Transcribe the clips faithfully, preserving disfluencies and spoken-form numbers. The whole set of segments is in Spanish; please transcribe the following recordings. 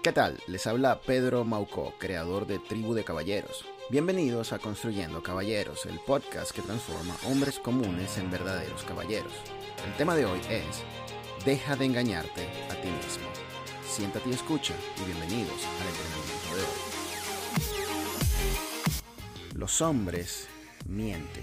¿Qué tal? Les habla Pedro Maucó, creador de Tribu de Caballeros. Bienvenidos a Construyendo Caballeros, el podcast que transforma hombres comunes en verdaderos caballeros. El tema de hoy es: deja de engañarte a ti mismo. Siéntate y escucha, y bienvenidos al entrenamiento de hoy. Los hombres mienten.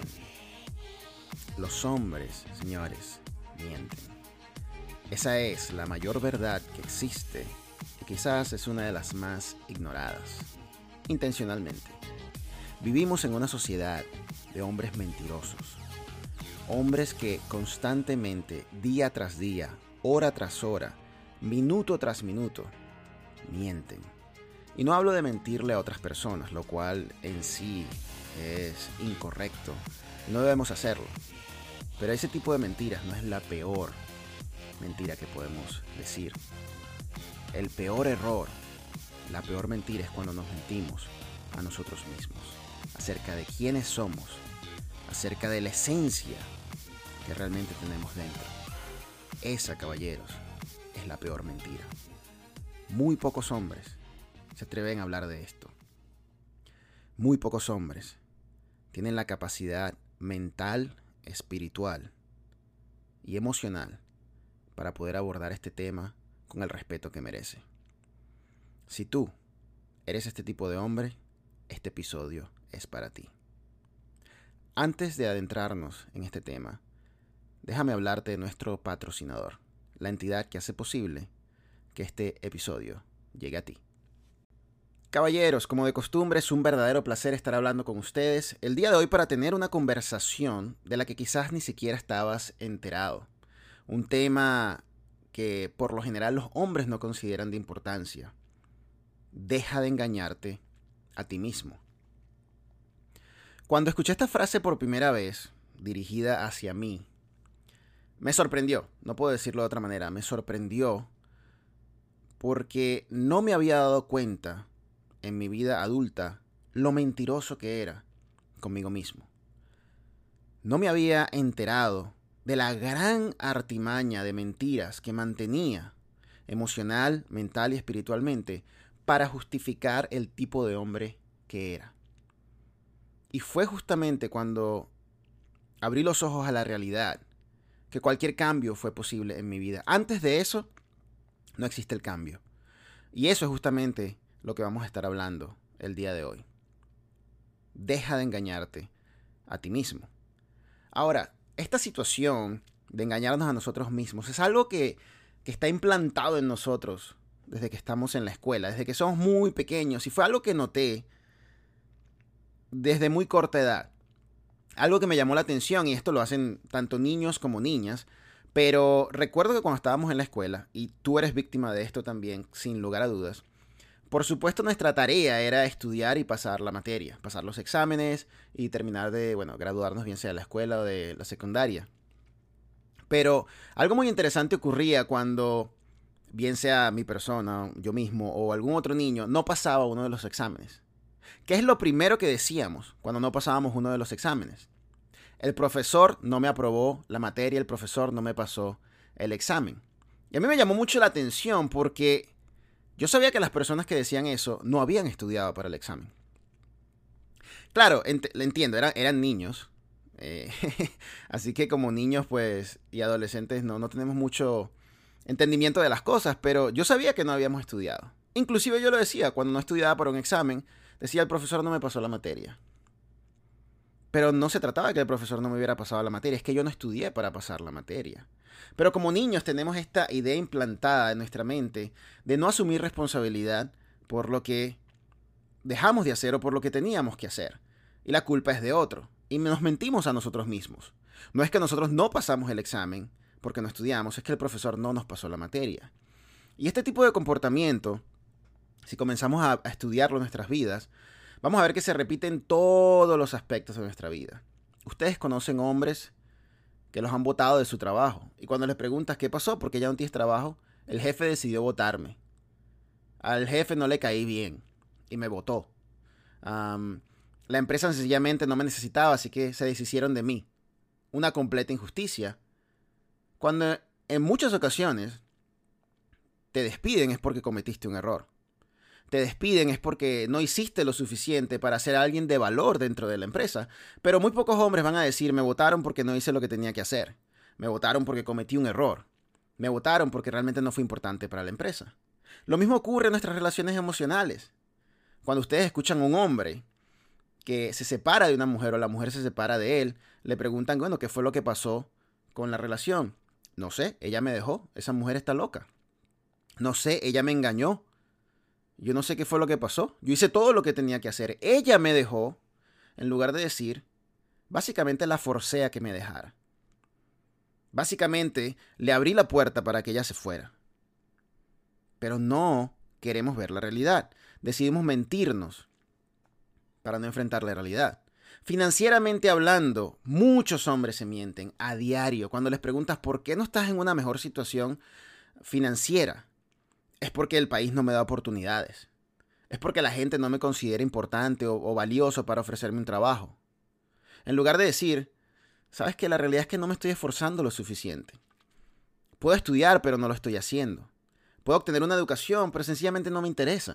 Los hombres, señores, mienten. Esa es la mayor verdad que existe y quizás es una de las más ignoradas, intencionalmente. Vivimos en una sociedad de hombres mentirosos, hombres que constantemente, día tras día, hora tras hora, minuto tras minuto, mienten. Y no hablo de mentirle a otras personas, lo cual en sí es incorrecto, no debemos hacerlo. Pero ese tipo de mentiras no es la peor mentira que podemos decir. El peor error, la peor mentira es cuando nos mentimos a nosotros mismos, acerca de quiénes somos, acerca de la esencia que realmente tenemos dentro. Esa, caballeros, es la peor mentira. Muy pocos hombres se atreven a hablar de esto. Muy pocos hombres tienen la capacidad mental, espiritual y emocional para poder abordar este tema con el respeto que merece. Si tú eres este tipo de hombre, este episodio es para ti. Antes de adentrarnos en este tema, déjame hablarte de nuestro patrocinador, la entidad que hace posible que este episodio llegue a ti. Caballeros, como de costumbre, es un verdadero placer estar hablando con ustedes el día de hoy para tener una conversación de la que quizás ni siquiera estabas enterado. Un tema que por lo general los hombres no consideran de importancia. Deja de engañarte a ti mismo. Cuando escuché esta frase por primera vez, dirigida hacia mí, me sorprendió, no puedo decirlo de otra manera, me sorprendió porque no me había dado cuenta en mi vida adulta lo mentiroso que era conmigo mismo. No me había enterado de la gran artimaña de mentiras que mantenía emocional, mental y espiritualmente para justificar el tipo de hombre que era. Y fue justamente cuando abrí los ojos a la realidad que cualquier cambio fue posible en mi vida. Antes de eso, no existe el cambio. Y eso es justamente lo que vamos a estar hablando el día de hoy. Deja de engañarte a ti mismo. Ahora, esta situación de engañarnos a nosotros mismos es algo que, que está implantado en nosotros desde que estamos en la escuela, desde que somos muy pequeños. Y fue algo que noté desde muy corta edad. Algo que me llamó la atención, y esto lo hacen tanto niños como niñas, pero recuerdo que cuando estábamos en la escuela, y tú eres víctima de esto también, sin lugar a dudas, por supuesto nuestra tarea era estudiar y pasar la materia, pasar los exámenes y terminar de, bueno, graduarnos bien sea de la escuela o de la secundaria. Pero algo muy interesante ocurría cuando, bien sea mi persona, yo mismo o algún otro niño, no pasaba uno de los exámenes. ¿Qué es lo primero que decíamos cuando no pasábamos uno de los exámenes? El profesor no me aprobó la materia, el profesor no me pasó el examen. Y a mí me llamó mucho la atención porque yo sabía que las personas que decían eso no habían estudiado para el examen. Claro, ent- entiendo, eran, eran niños. Eh, así que como niños pues y adolescentes no, no tenemos mucho entendimiento de las cosas, pero yo sabía que no habíamos estudiado. Inclusive yo lo decía, cuando no estudiaba para un examen, decía el profesor no me pasó la materia. Pero no se trataba de que el profesor no me hubiera pasado la materia, es que yo no estudié para pasar la materia. Pero como niños tenemos esta idea implantada en nuestra mente de no asumir responsabilidad por lo que dejamos de hacer o por lo que teníamos que hacer. Y la culpa es de otro. Y nos mentimos a nosotros mismos. No es que nosotros no pasamos el examen porque no estudiamos, es que el profesor no nos pasó la materia. Y este tipo de comportamiento, si comenzamos a, a estudiarlo en nuestras vidas, vamos a ver que se repite en todos los aspectos de nuestra vida. Ustedes conocen hombres que los han botado de su trabajo. Y cuando les preguntas qué pasó, porque ya no tienes trabajo, el jefe decidió botarme. Al jefe no le caí bien y me botó. Um, la empresa sencillamente no me necesitaba, así que se deshicieron de mí. Una completa injusticia. Cuando en muchas ocasiones te despiden es porque cometiste un error. te despiden es porque no hiciste lo suficiente para ser alguien de valor dentro de la empresa. Pero muy pocos hombres van a decir, me votaron porque no hice lo que tenía que hacer. Me votaron porque cometí un error. Me votaron porque realmente no fue importante para la empresa. Lo mismo ocurre en nuestras relaciones emocionales. Cuando ustedes escuchan a un hombre que se separa de una mujer o la mujer se separa de él, le preguntan, bueno, ¿qué fue lo que pasó con la relación? No sé, ella me dejó, esa mujer está loca. No sé, ella me engañó. Yo no sé qué fue lo que pasó. Yo hice todo lo que tenía que hacer. Ella me dejó, en lugar de decir, básicamente la forcé a que me dejara. Básicamente le abrí la puerta para que ella se fuera. Pero no queremos ver la realidad. Decidimos mentirnos para no enfrentar la realidad. Financieramente hablando, muchos hombres se mienten a diario. Cuando les preguntas por qué no estás en una mejor situación financiera, es porque el país no me da oportunidades. Es porque la gente no me considera importante o, o valioso para ofrecerme un trabajo. En lugar de decir, sabes que la realidad es que no me estoy esforzando lo suficiente. Puedo estudiar, pero no lo estoy haciendo. Puedo obtener una educación, pero sencillamente no me interesa.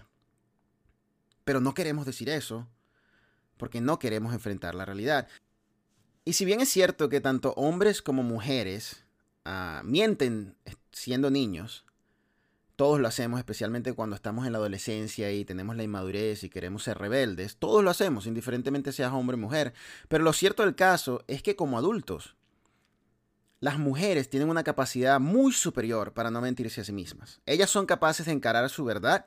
Pero no queremos decir eso porque no queremos enfrentar la realidad. Y si bien es cierto que tanto hombres como mujeres uh, mienten siendo niños, todos lo hacemos, especialmente cuando estamos en la adolescencia y tenemos la inmadurez y queremos ser rebeldes. Todos lo hacemos, indiferentemente seas hombre o mujer. Pero lo cierto del caso es que como adultos, las mujeres tienen una capacidad muy superior para no mentirse a sí mismas. Ellas son capaces de encarar su verdad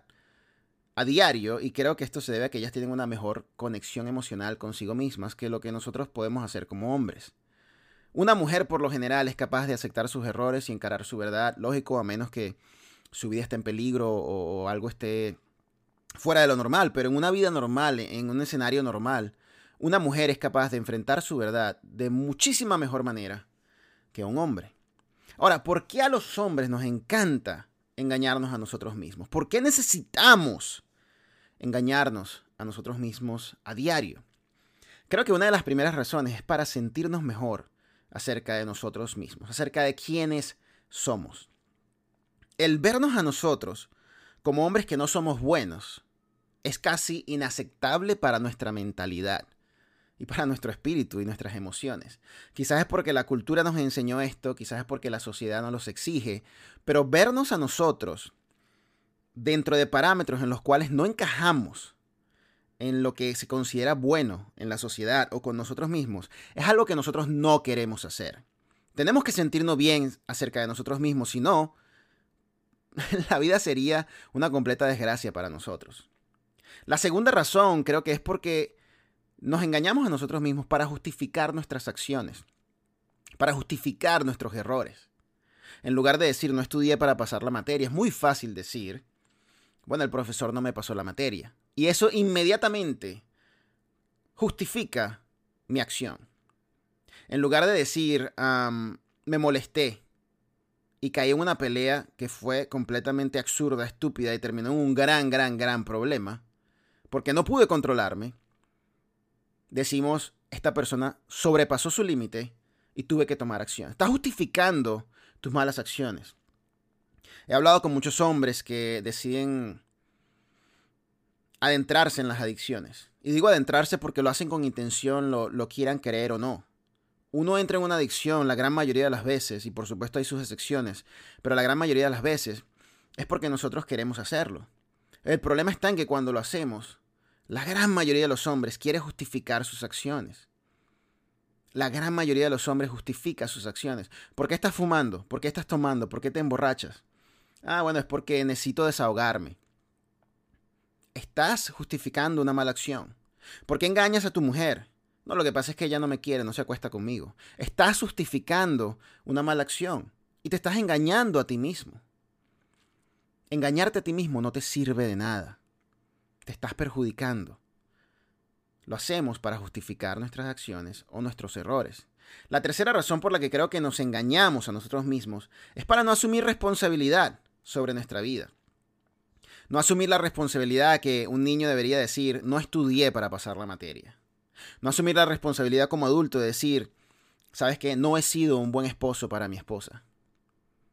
a diario y creo que esto se debe a que ellas tienen una mejor conexión emocional consigo mismas que lo que nosotros podemos hacer como hombres. Una mujer por lo general es capaz de aceptar sus errores y encarar su verdad, lógico, a menos que su vida esté en peligro o, o algo esté fuera de lo normal, pero en una vida normal, en un escenario normal, una mujer es capaz de enfrentar su verdad de muchísima mejor manera que un hombre. Ahora, ¿por qué a los hombres nos encanta engañarnos a nosotros mismos? ¿Por qué necesitamos engañarnos a nosotros mismos a diario? Creo que una de las primeras razones es para sentirnos mejor acerca de nosotros mismos, acerca de quiénes somos. El vernos a nosotros como hombres que no somos buenos es casi inaceptable para nuestra mentalidad y para nuestro espíritu y nuestras emociones. Quizás es porque la cultura nos enseñó esto, quizás es porque la sociedad nos los exige, pero vernos a nosotros dentro de parámetros en los cuales no encajamos en lo que se considera bueno en la sociedad o con nosotros mismos es algo que nosotros no queremos hacer. Tenemos que sentirnos bien acerca de nosotros mismos, si no, la vida sería una completa desgracia para nosotros. La segunda razón creo que es porque nos engañamos a nosotros mismos para justificar nuestras acciones, para justificar nuestros errores. En lugar de decir, no estudié para pasar la materia, es muy fácil decir, bueno, el profesor no me pasó la materia. Y eso inmediatamente justifica mi acción. En lugar de decir, um, me molesté y caí en una pelea que fue completamente absurda, estúpida y terminó en un gran, gran, gran problema, porque no pude controlarme, decimos, esta persona sobrepasó su límite y tuve que tomar acción. Estás justificando tus malas acciones. He hablado con muchos hombres que deciden adentrarse en las adicciones. Y digo adentrarse porque lo hacen con intención, lo, lo quieran creer o no. Uno entra en una adicción la gran mayoría de las veces, y por supuesto hay sus excepciones, pero la gran mayoría de las veces es porque nosotros queremos hacerlo. El problema está en que cuando lo hacemos, la gran mayoría de los hombres quiere justificar sus acciones. La gran mayoría de los hombres justifica sus acciones. ¿Por qué estás fumando? ¿Por qué estás tomando? ¿Por qué te emborrachas? Ah, bueno, es porque necesito desahogarme. Estás justificando una mala acción. ¿Por qué engañas a tu mujer? No, lo que pasa es que ella no me quiere, no se acuesta conmigo. Estás justificando una mala acción y te estás engañando a ti mismo. Engañarte a ti mismo no te sirve de nada. Te estás perjudicando. Lo hacemos para justificar nuestras acciones o nuestros errores. La tercera razón por la que creo que nos engañamos a nosotros mismos es para no asumir responsabilidad sobre nuestra vida. No asumir la responsabilidad que un niño debería decir, no estudié para pasar la materia. No asumir la responsabilidad como adulto de decir, ¿sabes qué? No he sido un buen esposo para mi esposa.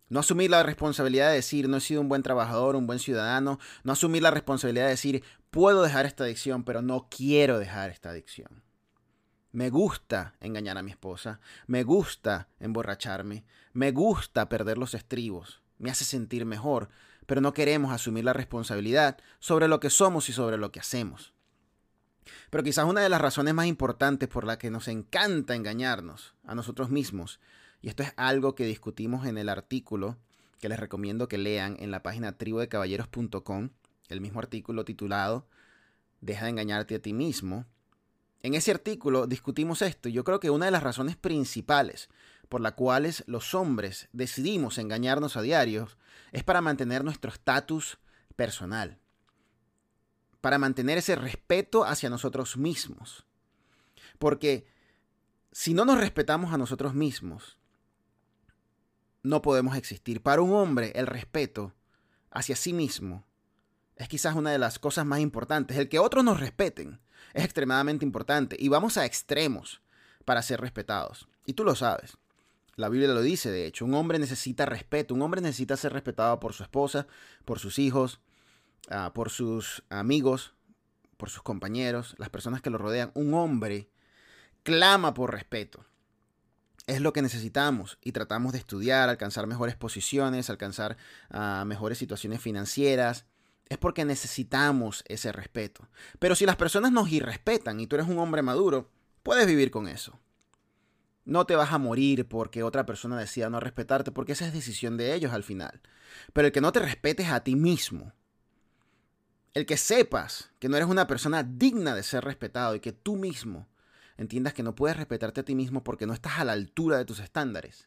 No asumir la responsabilidad de decir, no he sido un buen trabajador, un buen ciudadano. No asumir la responsabilidad de decir, puedo dejar esta adicción, pero no quiero dejar esta adicción. Me gusta engañar a mi esposa. Me gusta emborracharme. Me gusta perder los estribos. Me hace sentir mejor, pero no queremos asumir la responsabilidad sobre lo que somos y sobre lo que hacemos. Pero quizás una de las razones más importantes por la que nos encanta engañarnos a nosotros mismos, y esto es algo que discutimos en el artículo que les recomiendo que lean en la página tribu de caballeros punto com, el mismo artículo titulado Deja de engañarte a ti mismo. En ese artículo discutimos esto y yo creo que una de las razones principales por las cuales los hombres decidimos engañarnos a diario es para mantener nuestro estatus personal, para mantener ese respeto hacia nosotros mismos. Porque si no nos respetamos a nosotros mismos, no podemos existir. Para un hombre, el respeto hacia sí mismo es quizás una de las cosas más importantes. El que otros nos respeten es extremadamente importante y vamos a extremos para ser respetados. Y tú lo sabes. La Biblia lo dice, de hecho. Un hombre necesita respeto. Un hombre necesita ser respetado por su esposa, por sus hijos, uh, por sus amigos, por sus compañeros, las personas que lo rodean. Un hombre clama por respeto. Es lo que necesitamos y tratamos de estudiar, alcanzar mejores posiciones, alcanzar uh, mejores situaciones financieras. Es porque necesitamos ese respeto. Pero si las personas nos irrespetan y tú eres un hombre maduro, puedes vivir con eso. No te vas a morir porque otra persona decida no respetarte, porque esa es decisión de ellos al final. Pero el que no te respetes a ti mismo, el que sepas que no eres una persona digna de ser respetado y que tú mismo entiendas que no puedes respetarte a ti mismo porque no estás a la altura de tus estándares.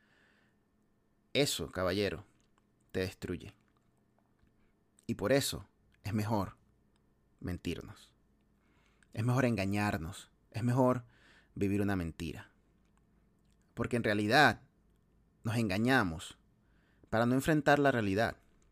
Eso, caballero, te destruye. Y por eso es mejor mentirnos. Es mejor engañarnos. Es mejor vivir una mentira. Porque en realidad nos engañamos para no enfrentar la realidad.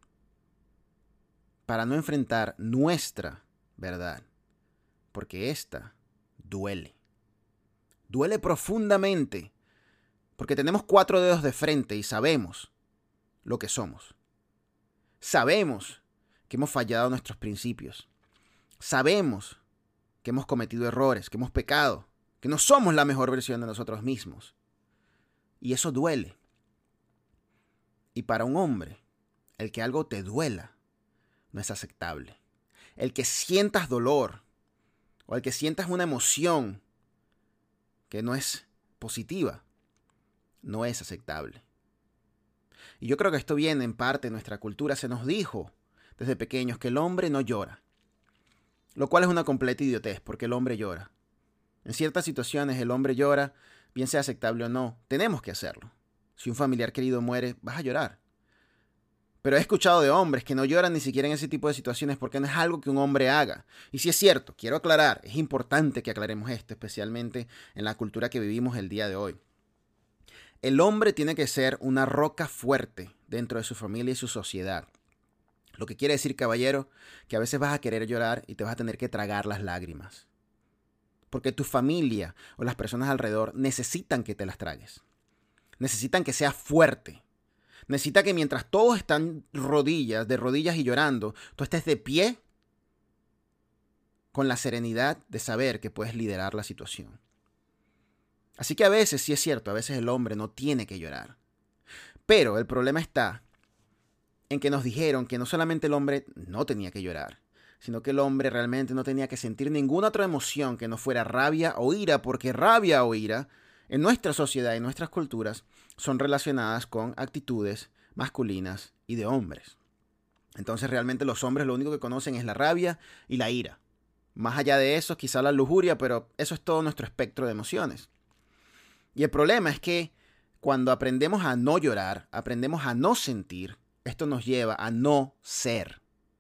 Para no enfrentar nuestra verdad. Porque esta duele. Duele profundamente, porque tenemos cuatro dedos de frente y sabemos lo que somos. Sabemos que hemos fallado nuestros principios. Sabemos que hemos cometido errores, que hemos pecado, que no somos la mejor versión de nosotros mismos. Y eso duele. Y para un hombre, el que algo te duela no es aceptable. El que sientas dolor o el que sientas una emoción que no es positiva, no es aceptable. Y yo creo que esto viene en parte de nuestra cultura. Se nos dijo desde pequeños que el hombre no llora, lo cual es una completa idiotez, porque el hombre llora. En ciertas situaciones el hombre llora, bien sea aceptable o no, tenemos que hacerlo. Si un familiar querido muere, vas a llorar. Pero he escuchado de hombres que no lloran ni siquiera en ese tipo de situaciones porque no es algo que un hombre haga. Y si es cierto, quiero aclarar, es importante que aclaremos esto, especialmente en la cultura que vivimos el día de hoy. El hombre tiene que ser una roca fuerte dentro de su familia y su sociedad. Lo que quiere decir, caballero, que a veces vas a querer llorar y te vas a tener que tragar las lágrimas. Porque tu familia o las personas alrededor necesitan que te las tragues. Necesitan que seas fuerte. Necesita que mientras todos están rodillas, de rodillas y llorando, tú estés de pie con la serenidad de saber que puedes liderar la situación. Así que a veces, sí es cierto, a veces el hombre no tiene que llorar. Pero el problema está en que nos dijeron que no solamente el hombre no tenía que llorar, sino que el hombre realmente no tenía que sentir ninguna otra emoción que no fuera rabia o ira, porque rabia o ira en nuestra sociedad y nuestras culturas son relacionadas con actitudes masculinas y de hombres. Entonces realmente los hombres lo único que conocen es la rabia y la ira. Más allá de eso, quizá la lujuria, pero eso es todo nuestro espectro de emociones. Y el problema es que cuando aprendemos a no llorar, aprendemos a no sentir, esto nos lleva a no ser.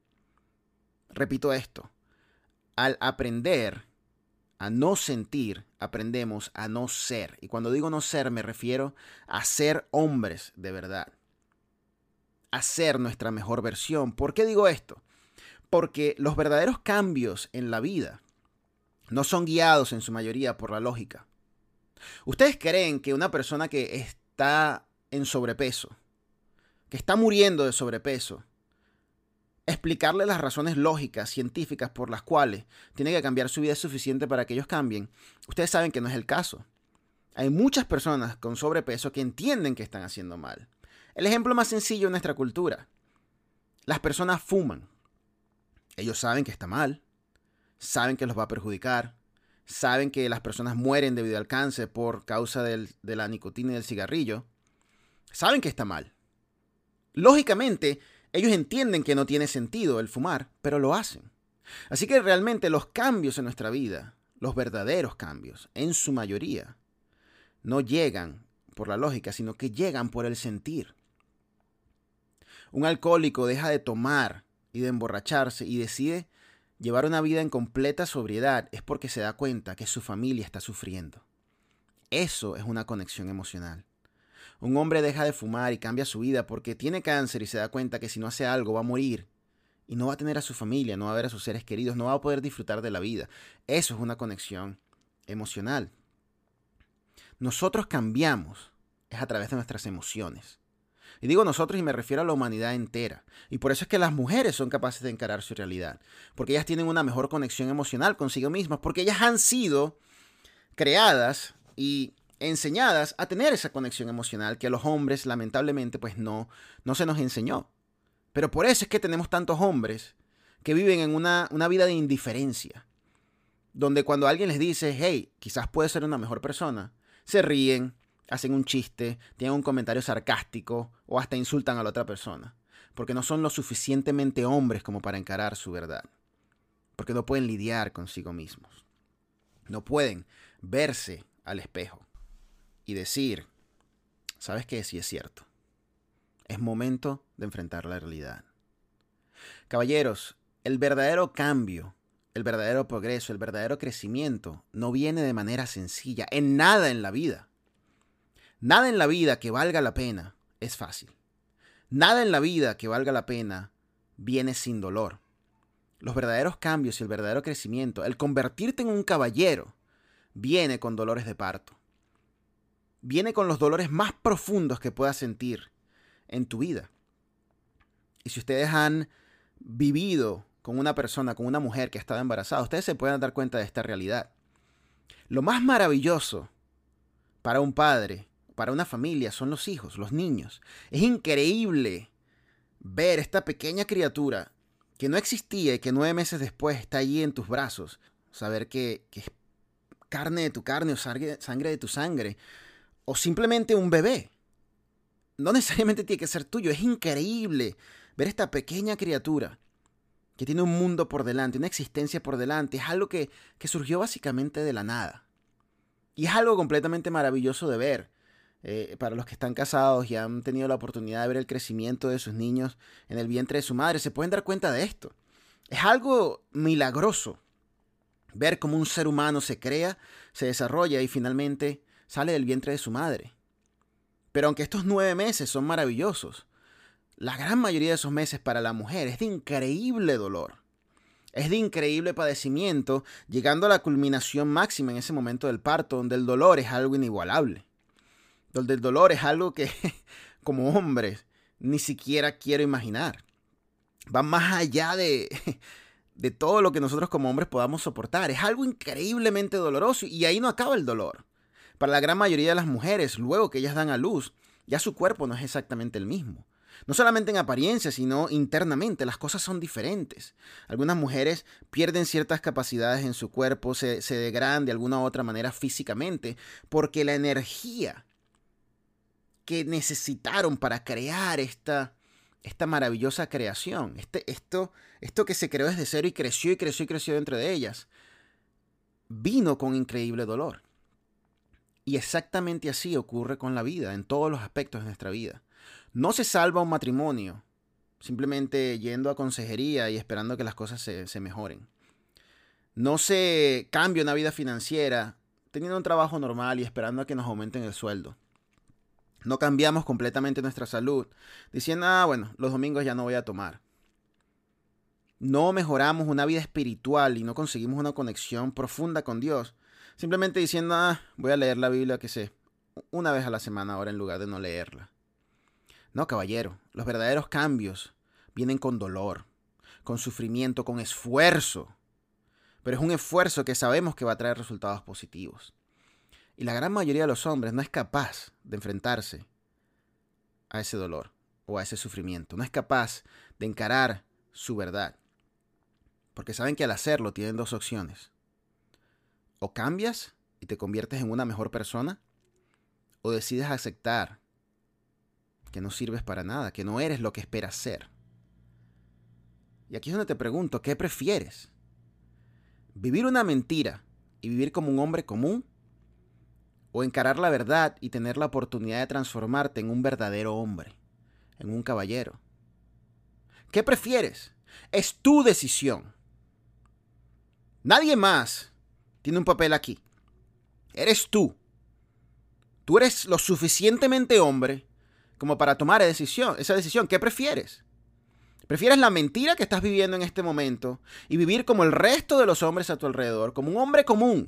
Repito esto, al aprender a no sentir, aprendemos a no ser. Y cuando digo no ser, me refiero a ser hombres de verdad. A ser nuestra mejor versión. ¿Por qué digo esto? Porque los verdaderos cambios en la vida no son guiados en su mayoría por la lógica. ¿Ustedes creen que una persona que está en sobrepeso que está muriendo de sobrepeso, explicarle las razones lógicas, científicas por las cuales tiene que cambiar su vida es suficiente para que ellos cambien, ustedes saben que no es el caso. Hay muchas personas con sobrepeso que entienden que están haciendo mal. El ejemplo más sencillo en nuestra cultura. Las personas fuman. Ellos saben que está mal, saben que los va a perjudicar, saben que las personas mueren debido al cáncer por causa del, de la nicotina y del cigarrillo. Saben que está mal. Lógicamente, ellos entienden que no tiene sentido el fumar, pero lo hacen. Así que realmente los cambios en nuestra vida, los verdaderos cambios, en su mayoría, no llegan por la lógica, sino que llegan por el sentir. Un alcohólico deja de tomar y de emborracharse y decide llevar una vida en completa sobriedad es porque se da cuenta que su familia está sufriendo. Eso es una conexión emocional. Un hombre deja de fumar y cambia su vida porque tiene cáncer y se da cuenta que si no hace algo va a morir y no va a tener a su familia, no va a ver a sus seres queridos, no va a poder disfrutar de la vida. Eso es una conexión emocional. Nosotros cambiamos es a través de nuestras emociones. Y digo nosotros y me refiero a la humanidad entera. Y por eso es que las mujeres son capaces de encarar su realidad. Porque ellas tienen una mejor conexión emocional consigo mismas. Porque ellas han sido creadas y enseñadas a tener esa conexión emocional que a los hombres lamentablemente pues no, no se nos enseñó. Pero por eso es que tenemos tantos hombres que viven en una, una vida de indiferencia. Donde cuando alguien les dice, hey, quizás puedes ser una mejor persona, se ríen, hacen un chiste, tienen un comentario sarcástico o hasta insultan a la otra persona. Porque no son lo suficientemente hombres como para encarar su verdad. Porque no pueden lidiar consigo mismos. No pueden verse al espejo y decir, ¿sabes qué? Sí es cierto. Es momento de enfrentar la realidad. Caballeros, el verdadero cambio, el verdadero progreso, el verdadero crecimiento no viene de manera sencilla en nada en la vida. Nada en la vida que valga la pena es fácil. Nada en la vida que valga la pena viene sin dolor. Los verdaderos cambios y el verdadero crecimiento, el convertirte en un caballero, viene con dolores de parto. Viene con los dolores más profundos que puedas sentir en tu vida. Y si ustedes han vivido con una persona, con una mujer que ha estado embarazada, ustedes se pueden dar cuenta de esta realidad. Lo más maravilloso para un padre, para una familia, son los hijos, los niños. Es increíble ver esta pequeña criatura que no existía y que nueve meses después está allí en tus brazos. Saber que, que es carne de tu carne o sangre, sangre de tu sangre. O simplemente un bebé. No necesariamente tiene que ser tuyo. Es increíble ver esta pequeña criatura que tiene un mundo por delante, una existencia por delante. Es algo que, que surgió básicamente de la nada. Y es algo completamente maravilloso de ver. Eh, para los que están casados y han tenido la oportunidad de ver el crecimiento de sus niños en el vientre de su madre, se pueden dar cuenta de esto. Es algo milagroso ver cómo un ser humano se crea, se desarrolla y finalmente sale del vientre de su madre. Pero aunque estos nueve meses son maravillosos, la gran mayoría de esos meses para la mujer es de increíble dolor. Es de increíble padecimiento, llegando a la culminación máxima en ese momento del parto, donde el dolor es algo inigualable. Donde el dolor es algo que, como hombres, ni siquiera quiero imaginar. Va más allá de, de todo lo que nosotros como hombres podamos soportar. Es algo increíblemente doloroso y ahí no acaba el dolor. Para la gran mayoría de las mujeres, luego que ellas dan a luz, ya su cuerpo no es exactamente el mismo. No solamente en apariencia, sino internamente, las cosas son diferentes. Algunas mujeres pierden ciertas capacidades en su cuerpo, se, se degradan de alguna u otra manera físicamente, porque la energía que necesitaron para crear esta, esta maravillosa creación, este, esto, esto que se creó desde cero y creció y creció y creció dentro de ellas, vino con increíble dolor. Y exactamente así ocurre con la vida, en todos los aspectos de nuestra vida. No se salva un matrimonio simplemente yendo a consejería y esperando que las cosas se, se mejoren. No se cambia una vida financiera teniendo un trabajo normal y esperando a que nos aumenten el sueldo. No cambiamos completamente nuestra salud diciendo, ah, bueno, los domingos ya no voy a tomar. No mejoramos una vida espiritual y no conseguimos una conexión profunda con Dios simplemente diciendo, ah, voy a leer la Biblia, que sé, una vez a la semana ahora en lugar de no leerla. No, caballero, los verdaderos cambios vienen con dolor, con sufrimiento, con esfuerzo. Pero es un esfuerzo que sabemos que va a traer resultados positivos. Y la gran mayoría de los hombres no es capaz de enfrentarse a ese dolor o a ese sufrimiento. No es capaz de encarar su verdad. Porque saben que al hacerlo tienen dos opciones. O cambias y te conviertes en una mejor persona, o decides aceptar que no sirves para nada, que no eres lo que esperas ser. Y aquí es donde te pregunto, ¿qué prefieres? ¿Vivir una mentira y vivir como un hombre común? ¿O encarar la verdad y tener la oportunidad de transformarte en un verdadero hombre, en un caballero? ¿Qué prefieres? Es tu decisión. Nadie más tiene un papel aquí. Eres tú. Tú eres lo suficientemente hombre como para tomar esa decisión, esa decisión. ¿Qué prefieres? ¿Prefieres la mentira que estás viviendo en este momento y vivir como el resto de los hombres a tu alrededor, como un hombre común?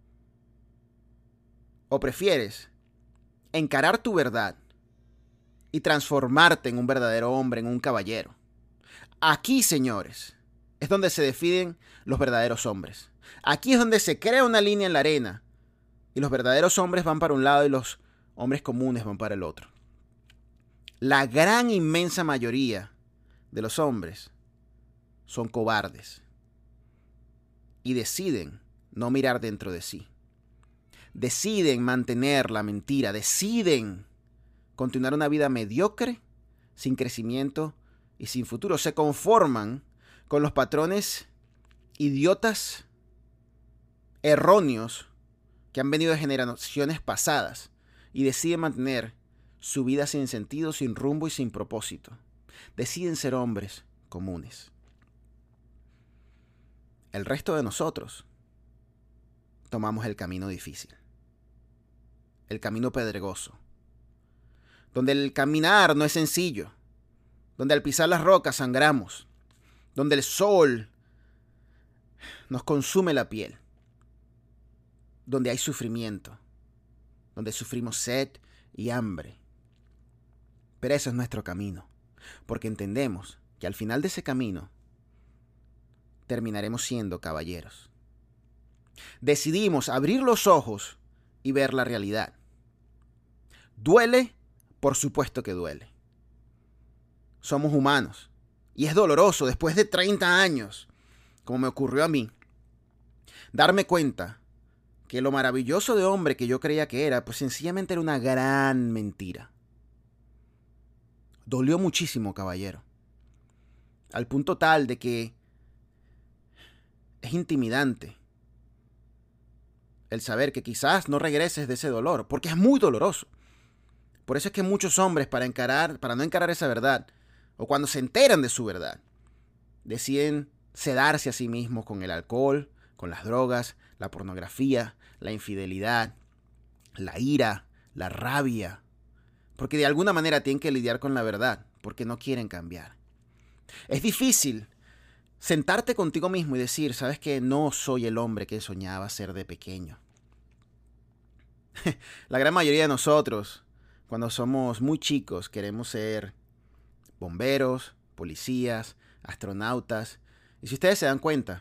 ¿O prefieres encarar tu verdad y transformarte en un verdadero hombre, en un caballero? Aquí, señores, es donde se definen los verdaderos hombres. Aquí es donde se crea una línea en la arena y los verdaderos hombres van para un lado y los hombres comunes van para el otro. La gran inmensa mayoría de los hombres son cobardes y deciden no mirar dentro de sí. Deciden mantener la mentira, deciden continuar una vida mediocre, sin crecimiento y sin futuro. Se conforman con los patrones idiotas, erróneos, que han venido de generaciones pasadas y deciden mantener su vida sin sentido, sin rumbo y sin propósito. Deciden ser hombres comunes. El resto de nosotros tomamos el camino difícil, el camino pedregoso, donde el caminar no es sencillo, donde al pisar las rocas sangramos, donde el sol nos consume la piel, donde hay sufrimiento, donde sufrimos sed y hambre. Pero eso es nuestro camino, porque entendemos que al final de ese camino terminaremos siendo caballeros. Decidimos abrir los ojos y ver la realidad. ¿Duele? Por supuesto que duele. Somos humanos y es doloroso después de treinta años, como me ocurrió a mí, darme cuenta que lo maravilloso de hombre que yo creía que era, pues sencillamente era una gran mentira. Dolió muchísimo, caballero, al punto tal de que es intimidante el saber que quizás no regreses de ese dolor, porque es muy doloroso. Por eso es que muchos hombres, para encarar, para no encarar esa verdad, o cuando se enteran de su verdad, deciden sedarse a sí mismos con el alcohol, con las drogas, la pornografía, la infidelidad, la ira, la rabia, porque de alguna manera tienen que lidiar con la verdad, porque no quieren cambiar. Es difícil sentarte contigo mismo y decir, ¿sabes qué? No soy el hombre que soñaba ser de pequeño. La gran mayoría de nosotros, cuando somos muy chicos, queremos ser bomberos, policías, astronautas. Y si ustedes se dan cuenta,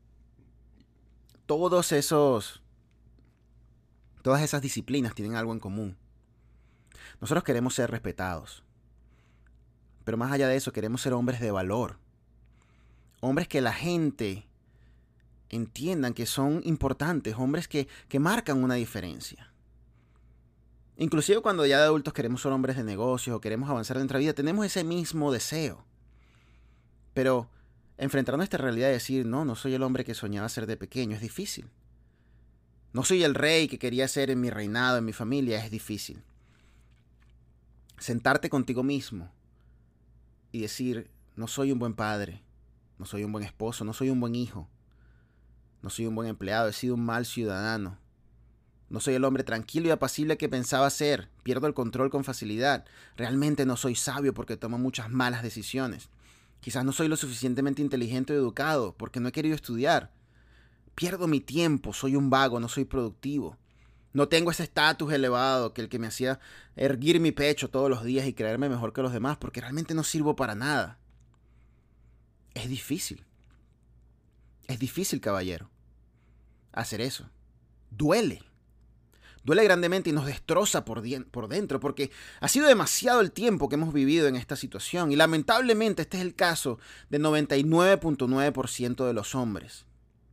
todos esos, todas esas disciplinas tienen algo en común. Nosotros queremos ser respetados. Pero más allá de eso, queremos ser hombres de valor. Hombres que la gente entiendan que son importantes. Hombres que, que marcan una diferencia. Inclusive cuando ya de adultos queremos ser hombres de negocios o queremos avanzar en nuestra vida, tenemos ese mismo deseo. Pero enfrentar nuestra realidad y decir, no, no soy el hombre que soñaba ser de pequeño, es difícil. No soy el rey que quería ser en mi reinado, en mi familia, es difícil. Sentarte contigo mismo y decir, no soy un buen padre, no soy un buen esposo, no soy un buen hijo, no soy un buen empleado, he sido un mal ciudadano. No soy el hombre tranquilo y apacible que pensaba ser, pierdo el control con facilidad. Realmente no soy sabio porque tomo muchas malas decisiones. Quizás no soy lo suficientemente inteligente o educado porque no he querido estudiar. Pierdo mi tiempo, soy un vago, no soy productivo. No tengo ese estatus elevado que el que me hacía erguir mi pecho todos los días y creerme mejor que los demás, porque realmente no sirvo para nada. Es difícil. Es difícil, caballero, hacer eso. Duele. Duele grandemente y nos destroza por, por dentro, porque ha sido demasiado el tiempo que hemos vivido en esta situación. Y lamentablemente este es el caso del noventa y nueve punto nueve por ciento de los hombres.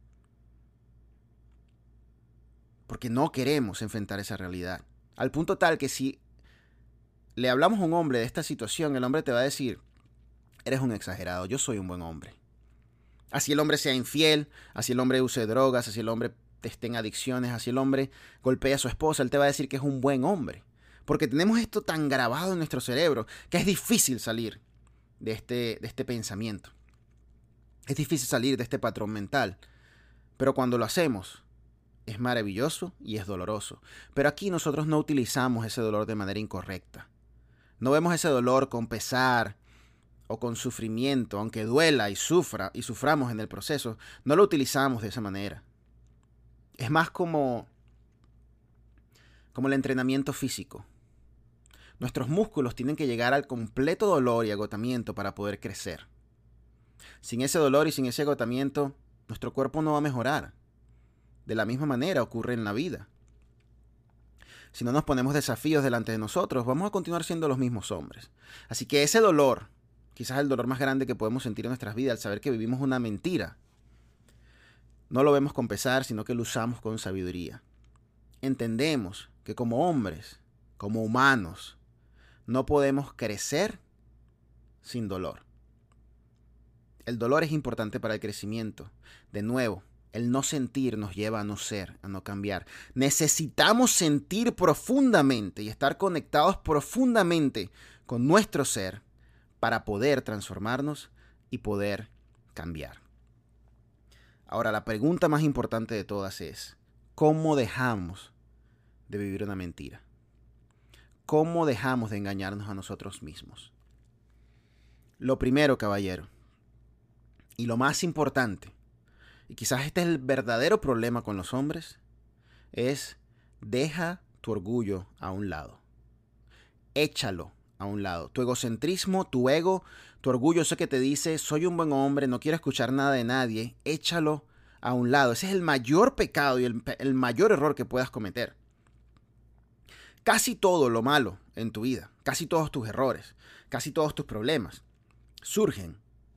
Porque no queremos enfrentar esa realidad. Al punto tal que si le hablamos a un hombre de esta situación, el hombre te va a decir, eres un exagerado, yo soy un buen hombre. Así el hombre sea infiel, así el hombre use drogas, así el hombre esté en adicciones, así el hombre golpea a su esposa, él te va a decir que es un buen hombre. Porque tenemos esto tan grabado en nuestro cerebro que es difícil salir de este, de este pensamiento. Es difícil salir de este patrón mental. Pero cuando lo hacemos, es maravilloso y es doloroso. Pero aquí nosotros no utilizamos ese dolor de manera incorrecta. No vemos ese dolor con pesar o con sufrimiento, aunque duela y sufra y suframos en el proceso, no lo utilizamos de esa manera. Es más como, como el entrenamiento físico. Nuestros músculos tienen que llegar al completo dolor y agotamiento para poder crecer. Sin ese dolor y sin ese agotamiento, nuestro cuerpo no va a mejorar. De la misma manera ocurre en la vida. Si no nos ponemos desafíos delante de nosotros, vamos a continuar siendo los mismos hombres. Así que ese dolor, quizás el dolor más grande que podemos sentir en nuestras vidas al saber que vivimos una mentira, no lo vemos con pesar, sino que lo usamos con sabiduría. Entendemos que como hombres, como humanos, no podemos crecer sin dolor. El dolor es importante para el crecimiento. De nuevo, el no sentir nos lleva a no ser, a no cambiar. Necesitamos sentir profundamente y estar conectados profundamente con nuestro ser para poder transformarnos y poder cambiar. Ahora, la pregunta más importante de todas es, ¿cómo dejamos de vivir una mentira? ¿Cómo dejamos de engañarnos a nosotros mismos? Lo primero, caballero, y lo más importante, y quizás este es el verdadero problema con los hombres, es deja tu orgullo a un lado. Échalo a un lado. Tu egocentrismo, tu ego, tu orgullo, eso que te dice, soy un buen hombre, no quiero escuchar nada de nadie, échalo a un lado. Ese es el mayor pecado y el, el mayor error que puedas cometer. Casi todo lo malo en tu vida, casi todos tus errores, casi todos tus problemas, surgen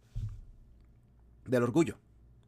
del orgullo.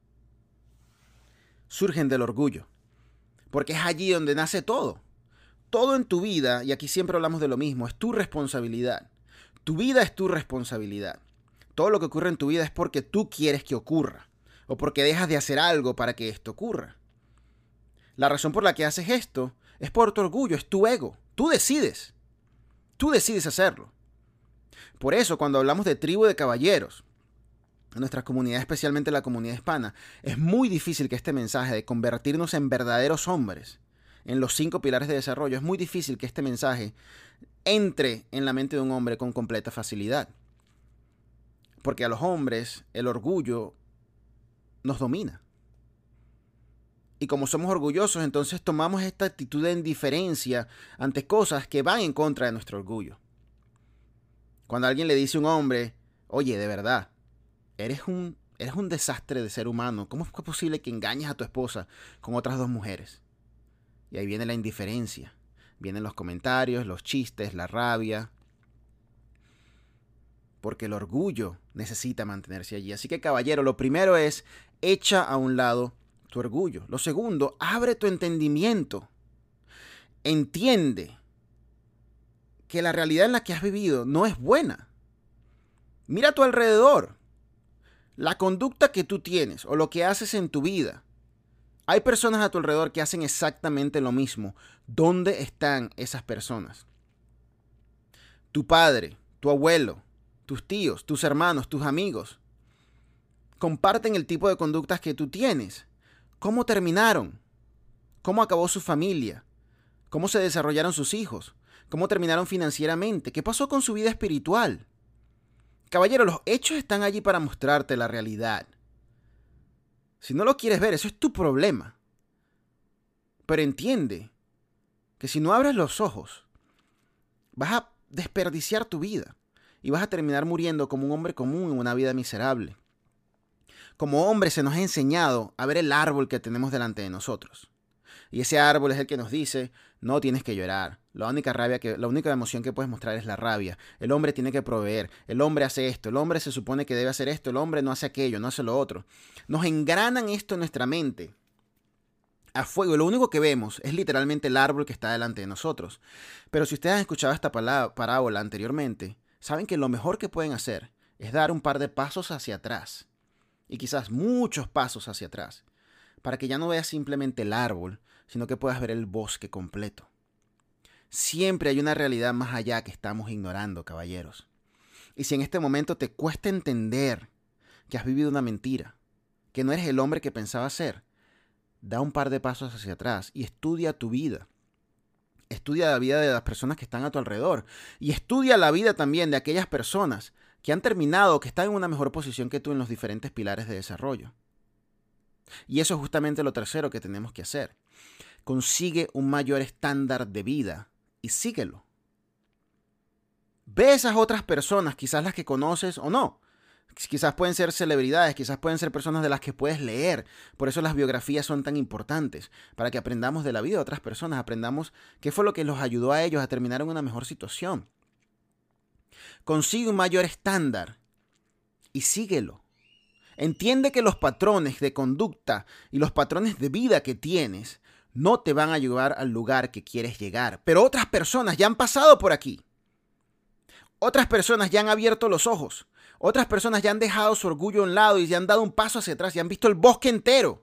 Surgen del orgullo. Porque es allí donde nace todo. Todo en tu vida, y aquí siempre hablamos de lo mismo, es tu responsabilidad. Tu vida es tu responsabilidad. Todo lo que ocurre en tu vida es porque tú quieres que ocurra, o porque dejas de hacer algo para que esto ocurra. La razón por la que haces esto es por tu orgullo, es tu ego. Tú decides. Tú decides hacerlo. Por eso, cuando hablamos de tribu de caballeros, en nuestra comunidad, especialmente la comunidad hispana, es muy difícil que este mensaje de convertirnos en verdaderos hombres, en los cinco pilares de desarrollo, es muy difícil que este mensaje entre en la mente de un hombre con completa facilidad. Porque a los hombres el orgullo nos domina. Y como somos orgullosos, entonces tomamos esta actitud de indiferencia ante cosas que van en contra de nuestro orgullo. Cuando alguien le dice a un hombre, oye, de verdad, eres un, eres un desastre de ser humano, ¿cómo es posible que engañes a tu esposa con otras dos mujeres? Y ahí viene la indiferencia, vienen los comentarios, los chistes, la rabia, porque el orgullo necesita mantenerse allí. Así que, caballero, lo primero es, echa a un lado tu orgullo. Lo segundo, abre tu entendimiento. Entiende que la realidad en la que has vivido no es buena. Mira a tu alrededor. La conducta que tú tienes o lo que haces en tu vida. Hay personas a tu alrededor que hacen exactamente lo mismo. ¿Dónde están esas personas? Tu padre, tu abuelo, tus tíos, tus hermanos, tus amigos. Comparten el tipo de conductas que tú tienes. ¿Cómo terminaron? ¿Cómo acabó su familia? ¿Cómo se desarrollaron sus hijos? ¿Cómo terminaron financieramente? ¿Qué pasó con su vida espiritual? Caballero, los hechos están allí para mostrarte la realidad. Si no lo quieres ver, eso es tu problema. Pero entiende que si no abres los ojos, vas a desperdiciar tu vida y vas a terminar muriendo como un hombre común en una vida miserable. Como hombres se nos ha enseñado a ver el árbol que tenemos delante de nosotros. Y ese árbol es el que nos dice, no tienes que llorar. La única rabia que, la única emoción que puedes mostrar es la rabia. El hombre tiene que proveer. El hombre hace esto. El hombre se supone que debe hacer esto. El hombre no hace aquello, no hace lo otro. Nos engranan esto en nuestra mente a fuego. Lo único que vemos es literalmente el árbol que está delante de nosotros. Pero si ustedes han escuchado esta parábola anteriormente, saben que lo mejor que pueden hacer es dar un par de pasos hacia atrás. Y quizás muchos pasos hacia atrás, para que ya no veas simplemente el árbol, sino que puedas ver el bosque completo. Siempre hay una realidad más allá que estamos ignorando, caballeros. Y si en este momento te cuesta entender que has vivido una mentira, que no eres el hombre que pensabas ser, da un par de pasos hacia atrás y estudia tu vida. Estudia la vida de las personas que están a tu alrededor. Y estudia la vida también de aquellas personas que han terminado, que están en una mejor posición que tú en los diferentes pilares de desarrollo. Y eso es justamente lo tercero que tenemos que hacer. Consigue un mayor estándar de vida y síguelo. Ve esas otras personas, quizás las que conoces o no. Quizás pueden ser celebridades, quizás pueden ser personas de las que puedes leer. Por eso las biografías son tan importantes, para que aprendamos de la vida de otras personas, aprendamos qué fue lo que los ayudó a ellos a terminar en una mejor situación. Consigue un mayor estándar y síguelo. Entiende que los patrones de conducta y los patrones de vida que tienes no te van a llevar al lugar que quieres llegar. Pero otras personas ya han pasado por aquí. Otras personas ya han abierto los ojos. Otras personas ya han dejado su orgullo a un lado y ya han dado un paso hacia atrás y han visto el bosque entero.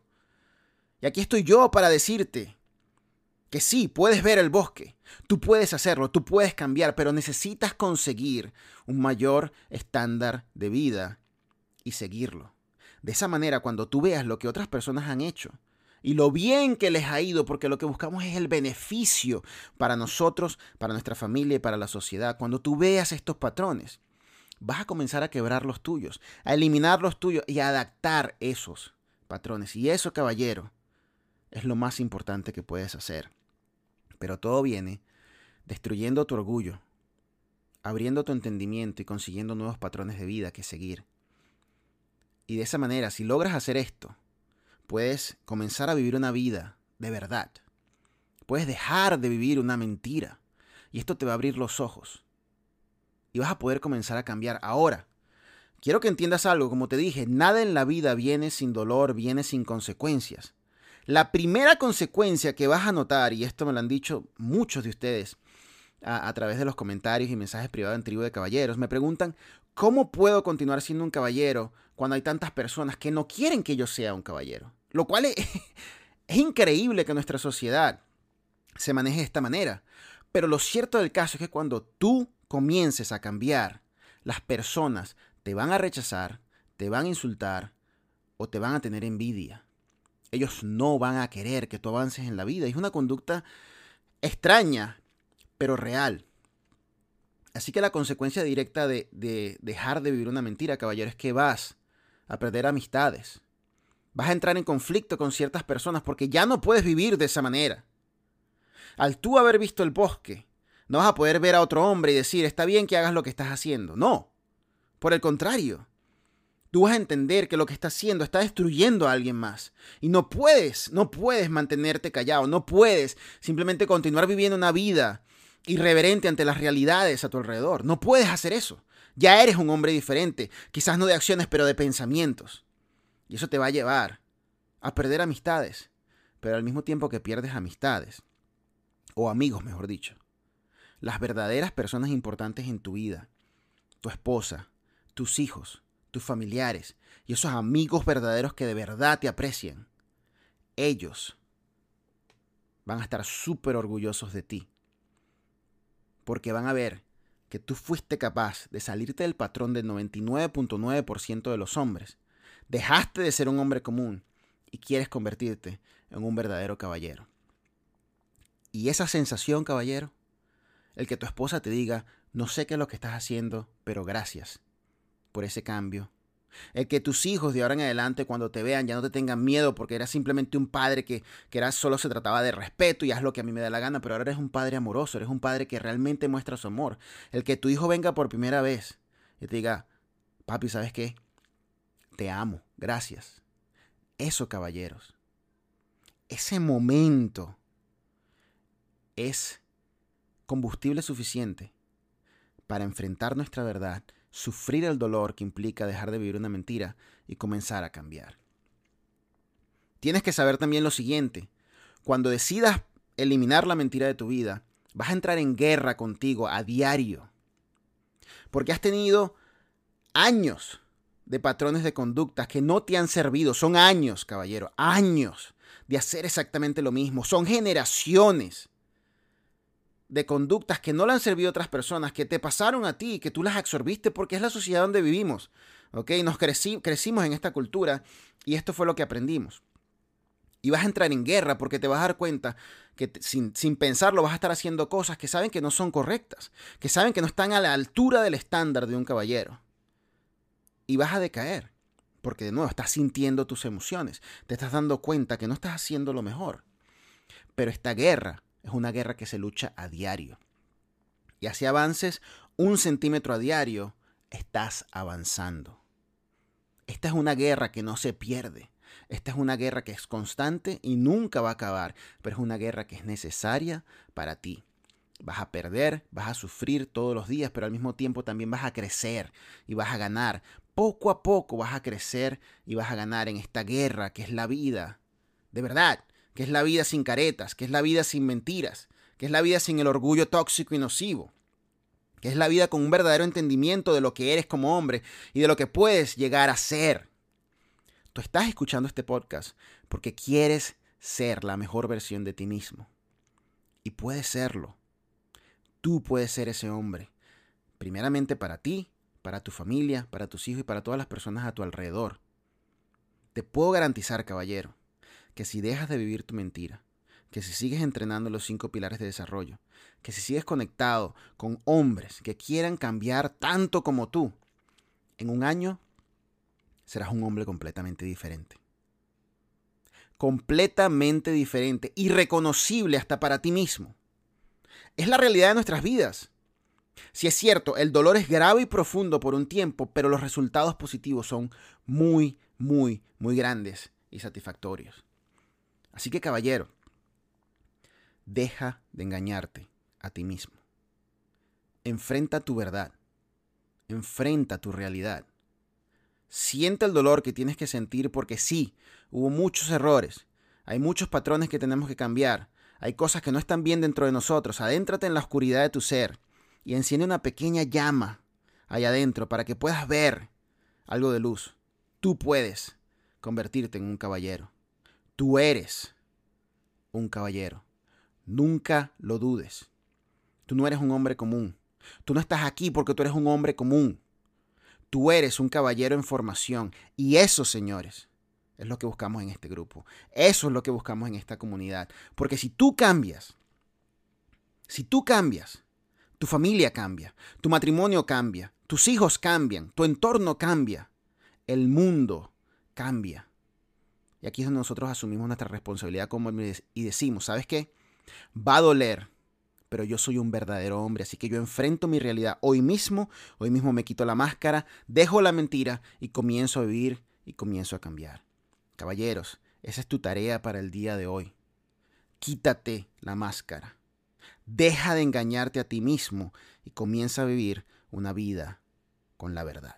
Y aquí estoy yo para decirte que sí, puedes ver el bosque. Tú puedes hacerlo, tú puedes cambiar, pero necesitas conseguir un mayor estándar de vida y seguirlo. De esa manera, cuando tú veas lo que otras personas han hecho y lo bien que les ha ido, porque lo que buscamos es el beneficio para nosotros, para nuestra familia y para la sociedad. Cuando tú veas estos patrones, vas a comenzar a quebrar los tuyos, a eliminar los tuyos y a adaptar esos patrones. Y eso, caballero, es lo más importante que puedes hacer. Pero todo viene destruyendo tu orgullo, abriendo tu entendimiento y consiguiendo nuevos patrones de vida que seguir. Y de esa manera, si logras hacer esto, puedes comenzar a vivir una vida de verdad. Puedes dejar de vivir una mentira. Y esto te va a abrir los ojos. Y vas a poder comenzar a cambiar. Ahora, quiero que entiendas algo. Como te dije, nada en la vida viene sin dolor, viene sin consecuencias. La primera consecuencia que vas a notar, y esto me lo han dicho muchos de ustedes a, a través de los comentarios y mensajes privados en Tribu de Caballeros, me preguntan, ¿cómo puedo continuar siendo un caballero cuando hay tantas personas que no quieren que yo sea un caballero? Lo cual es, es increíble que nuestra sociedad se maneje de esta manera. Pero lo cierto del caso es que cuando tú comiences a cambiar, las personas te van a rechazar, te van a insultar o te van a tener envidia. Ellos no van a querer que tú avances en la vida. Es una conducta extraña, pero real. Así que la consecuencia directa de, de dejar de vivir una mentira, caballero, es que vas a perder amistades. Vas a entrar en conflicto con ciertas personas porque ya no puedes vivir de esa manera. Al tú haber visto el bosque, no vas a poder ver a otro hombre y decir, está bien que hagas lo que estás haciendo. No, por el contrario. Tú vas a entender que lo que estás haciendo está destruyendo a alguien más. Y no puedes, no puedes mantenerte callado. No puedes simplemente continuar viviendo una vida irreverente ante las realidades a tu alrededor. No puedes hacer eso. Ya eres un hombre diferente. Quizás no de acciones, pero de pensamientos. Y eso te va a llevar a perder amistades. Pero al mismo tiempo que pierdes amistades, o amigos, mejor dicho, las verdaderas personas importantes en tu vida, tu esposa, tus hijos, tus familiares y esos amigos verdaderos que de verdad te aprecian, ellos van a estar súper orgullosos de ti. Porque van a ver que tú fuiste capaz de salirte del patrón del noventa y nueve punto nueve por ciento de los hombres. Dejaste de ser un hombre común y quieres convertirte en un verdadero caballero. Y esa sensación, caballero, el que tu esposa te diga, no sé qué es lo que estás haciendo, pero gracias por ese cambio. El que tus hijos de ahora en adelante cuando te vean ya no te tengan miedo porque eras simplemente un padre que, que era, solo se trataba de respeto y haz lo que a mí me da la gana, pero ahora eres un padre amoroso, eres un padre que realmente muestra su amor. El que tu hijo venga por primera vez y te diga, papi, ¿sabes qué? Te amo, gracias. Eso, caballeros, ese momento es combustible suficiente para enfrentar nuestra verdad, sufrir el dolor que implica dejar de vivir una mentira y comenzar a cambiar. Tienes que saber también lo siguiente: cuando decidas eliminar la mentira de tu vida, vas a entrar en guerra contigo a diario, porque has tenido años de patrones de conductas que no te han servido. Son años, caballero, años de hacer exactamente lo mismo. Son generaciones de conductas que no le han servido a otras personas, que te pasaron a ti, que tú las absorbiste porque es la sociedad donde vivimos. ¿Ok? Nos creci- crecimos en esta cultura y esto fue lo que aprendimos. Y vas a entrar en guerra porque te vas a dar cuenta que te, sin, sin pensarlo vas a estar haciendo cosas que saben que no son correctas, que saben que no están a la altura del estándar de un caballero. Y vas a decaer porque de nuevo estás sintiendo tus emociones, te estás dando cuenta que no estás haciendo lo mejor. Pero esta guerra es una guerra que se lucha a diario. Y así avances un centímetro a diario, estás avanzando. Esta es una guerra que no se pierde. Esta es una guerra que es constante y nunca va a acabar, pero es una guerra que es necesaria para ti. Vas a perder, vas a sufrir todos los días, pero al mismo tiempo también vas a crecer y vas a ganar. Poco a poco vas a crecer y vas a ganar en esta guerra que es la vida. De verdad, que es la vida sin caretas, que es la vida sin mentiras, que es la vida sin el orgullo tóxico y nocivo, que es la vida con un verdadero entendimiento de lo que eres como hombre y de lo que puedes llegar a ser. Tú estás escuchando este podcast porque quieres ser la mejor versión de ti mismo. Y puedes serlo. Tú puedes ser ese hombre. Primeramente para ti, para tu familia, para tus hijos y para todas las personas a tu alrededor. Te puedo garantizar, caballero, que si dejas de vivir tu mentira, que si sigues entrenando los cinco pilares de desarrollo, que si sigues conectado con hombres que quieran cambiar tanto como tú, en un año serás un hombre completamente diferente. Completamente diferente, irreconocible hasta para ti mismo. Es la realidad de nuestras vidas. Si es cierto, el dolor es grave y profundo por un tiempo, pero los resultados positivos son muy, muy, muy grandes y satisfactorios. Así que, caballero, deja de engañarte a ti mismo. Enfrenta tu verdad. Enfrenta tu realidad. Siente el dolor que tienes que sentir porque sí, hubo muchos errores. Hay muchos patrones que tenemos que cambiar. Hay cosas que no están bien dentro de nosotros. Adéntrate en la oscuridad de tu ser y enciende una pequeña llama allá adentro para que puedas ver algo de luz. Tú puedes convertirte en un caballero. Tú eres un caballero. Nunca lo dudes. Tú no eres un hombre común. Tú no estás aquí porque tú eres un hombre común. Tú eres un caballero en formación. Y eso, señores, es lo que buscamos en este grupo. Eso es lo que buscamos en esta comunidad. Porque si tú cambias, si tú cambias, tu familia cambia, tu matrimonio cambia, tus hijos cambian, tu entorno cambia, el mundo cambia. Y aquí es donde nosotros asumimos nuestra responsabilidad como y decimos, ¿sabes qué? Va a doler, pero yo soy un verdadero hombre, así que yo enfrento mi realidad hoy mismo, hoy mismo me quito la máscara, dejo la mentira y comienzo a vivir y comienzo a cambiar. Caballeros, esa es tu tarea para el día de hoy. Quítate la máscara. Deja de engañarte a ti mismo y comienza a vivir una vida con la verdad.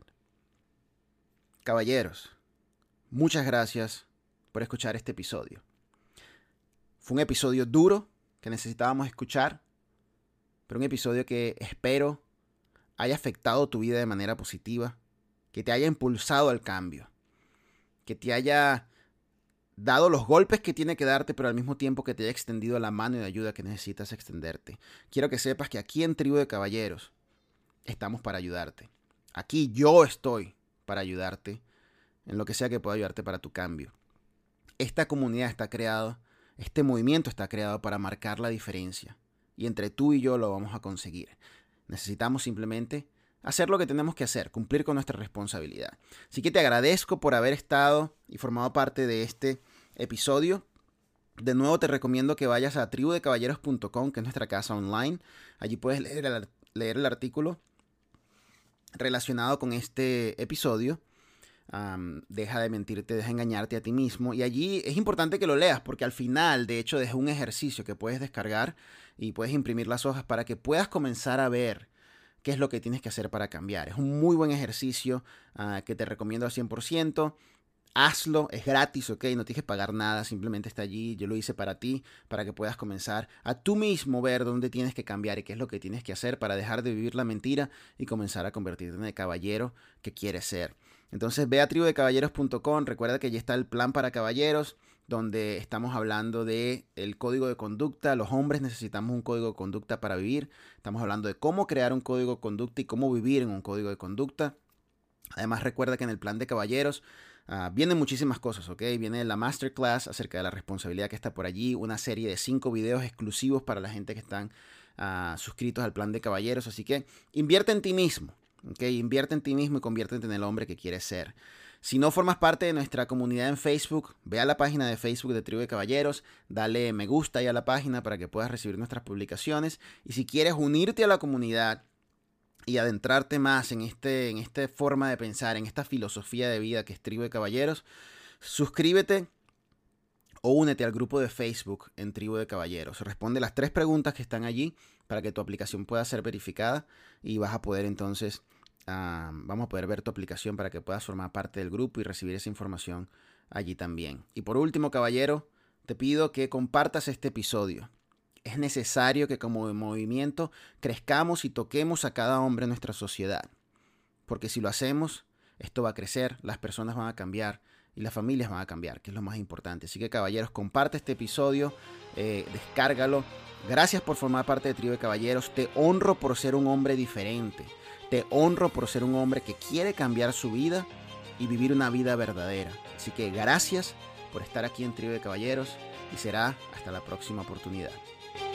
Caballeros, muchas gracias por escuchar este episodio. Fue un episodio duro que necesitábamos escuchar, pero un episodio que espero haya afectado tu vida de manera positiva, que te haya impulsado al cambio, que te haya dado los golpes que tiene que darte, pero al mismo tiempo que te haya extendido la mano de ayuda que necesitas extenderte. Quiero que sepas que aquí en Tribu de Caballeros estamos para ayudarte. Aquí yo estoy para ayudarte en lo que sea que pueda ayudarte para tu cambio. Esta comunidad está creada, este movimiento está creado para marcar la diferencia. Y entre tú y yo lo vamos a conseguir. Necesitamos simplemente hacer lo que tenemos que hacer, cumplir con nuestra responsabilidad. Así que te agradezco por haber estado y formado parte de este episodio. De nuevo te recomiendo que vayas a tribu de caballeros punto com, que es nuestra casa online. Allí puedes leer el, leer el artículo relacionado con este episodio. Um, deja de mentirte, deja de engañarte a ti mismo. Y allí es importante que lo leas, porque al final, de hecho, es un ejercicio que puedes descargar y puedes imprimir las hojas para que puedas comenzar a ver qué es lo que tienes que hacer para cambiar. Es un muy buen ejercicio uh, que te recomiendo al cien por ciento. Hazlo, es gratis, ok, no tienes que pagar nada, simplemente está allí. Yo lo hice para ti, para que puedas comenzar a tú mismo ver dónde tienes que cambiar y qué es lo que tienes que hacer para dejar de vivir la mentira y comenzar a convertirte en el caballero que quieres ser. Entonces ve a tribu de caballeros punto com, recuerda que ya está el plan para caballeros, donde estamos hablando de el código de conducta. Los hombres necesitamos un código de conducta para vivir. Estamos hablando de cómo crear un código de conducta y cómo vivir en un código de conducta. Además, recuerda que en el plan de caballeros uh, vienen muchísimas cosas, ¿ok? Viene la masterclass acerca de la responsabilidad que está por allí, una serie de cinco videos exclusivos para la gente que están uh, suscritos al plan de caballeros. Así que invierte en ti mismo, ¿ok? Invierte en ti mismo y conviértete en el hombre que quieres ser. Si no formas parte de nuestra comunidad en Facebook, ve a la página de Facebook de Tribu de Caballeros, dale me gusta ahí a la página para que puedas recibir nuestras publicaciones. Y si quieres unirte a la comunidad y adentrarte más en, este, en esta forma de pensar, en esta filosofía de vida que es Tribu de Caballeros, suscríbete o únete al grupo de Facebook en Tribu de Caballeros. Responde las tres preguntas que están allí para que tu aplicación pueda ser verificada y vas a poder entonces, uh, vamos a poder ver tu aplicación para que puedas formar parte del grupo y recibir esa información allí también. Y por último, caballero, te pido que compartas este episodio. Es necesario que como movimiento crezcamos y toquemos a cada hombre en nuestra sociedad. Porque si lo hacemos, esto va a crecer, las personas van a cambiar y las familias van a cambiar, que es lo más importante. Así que, caballeros, comparte este episodio, eh, descárgalo. Gracias por formar parte de Tribu de Caballeros. Te honro por ser un hombre diferente. Te honro por ser un hombre que quiere cambiar su vida y vivir una vida verdadera. Así que gracias por estar aquí en Tribu de Caballeros y será hasta la próxima oportunidad.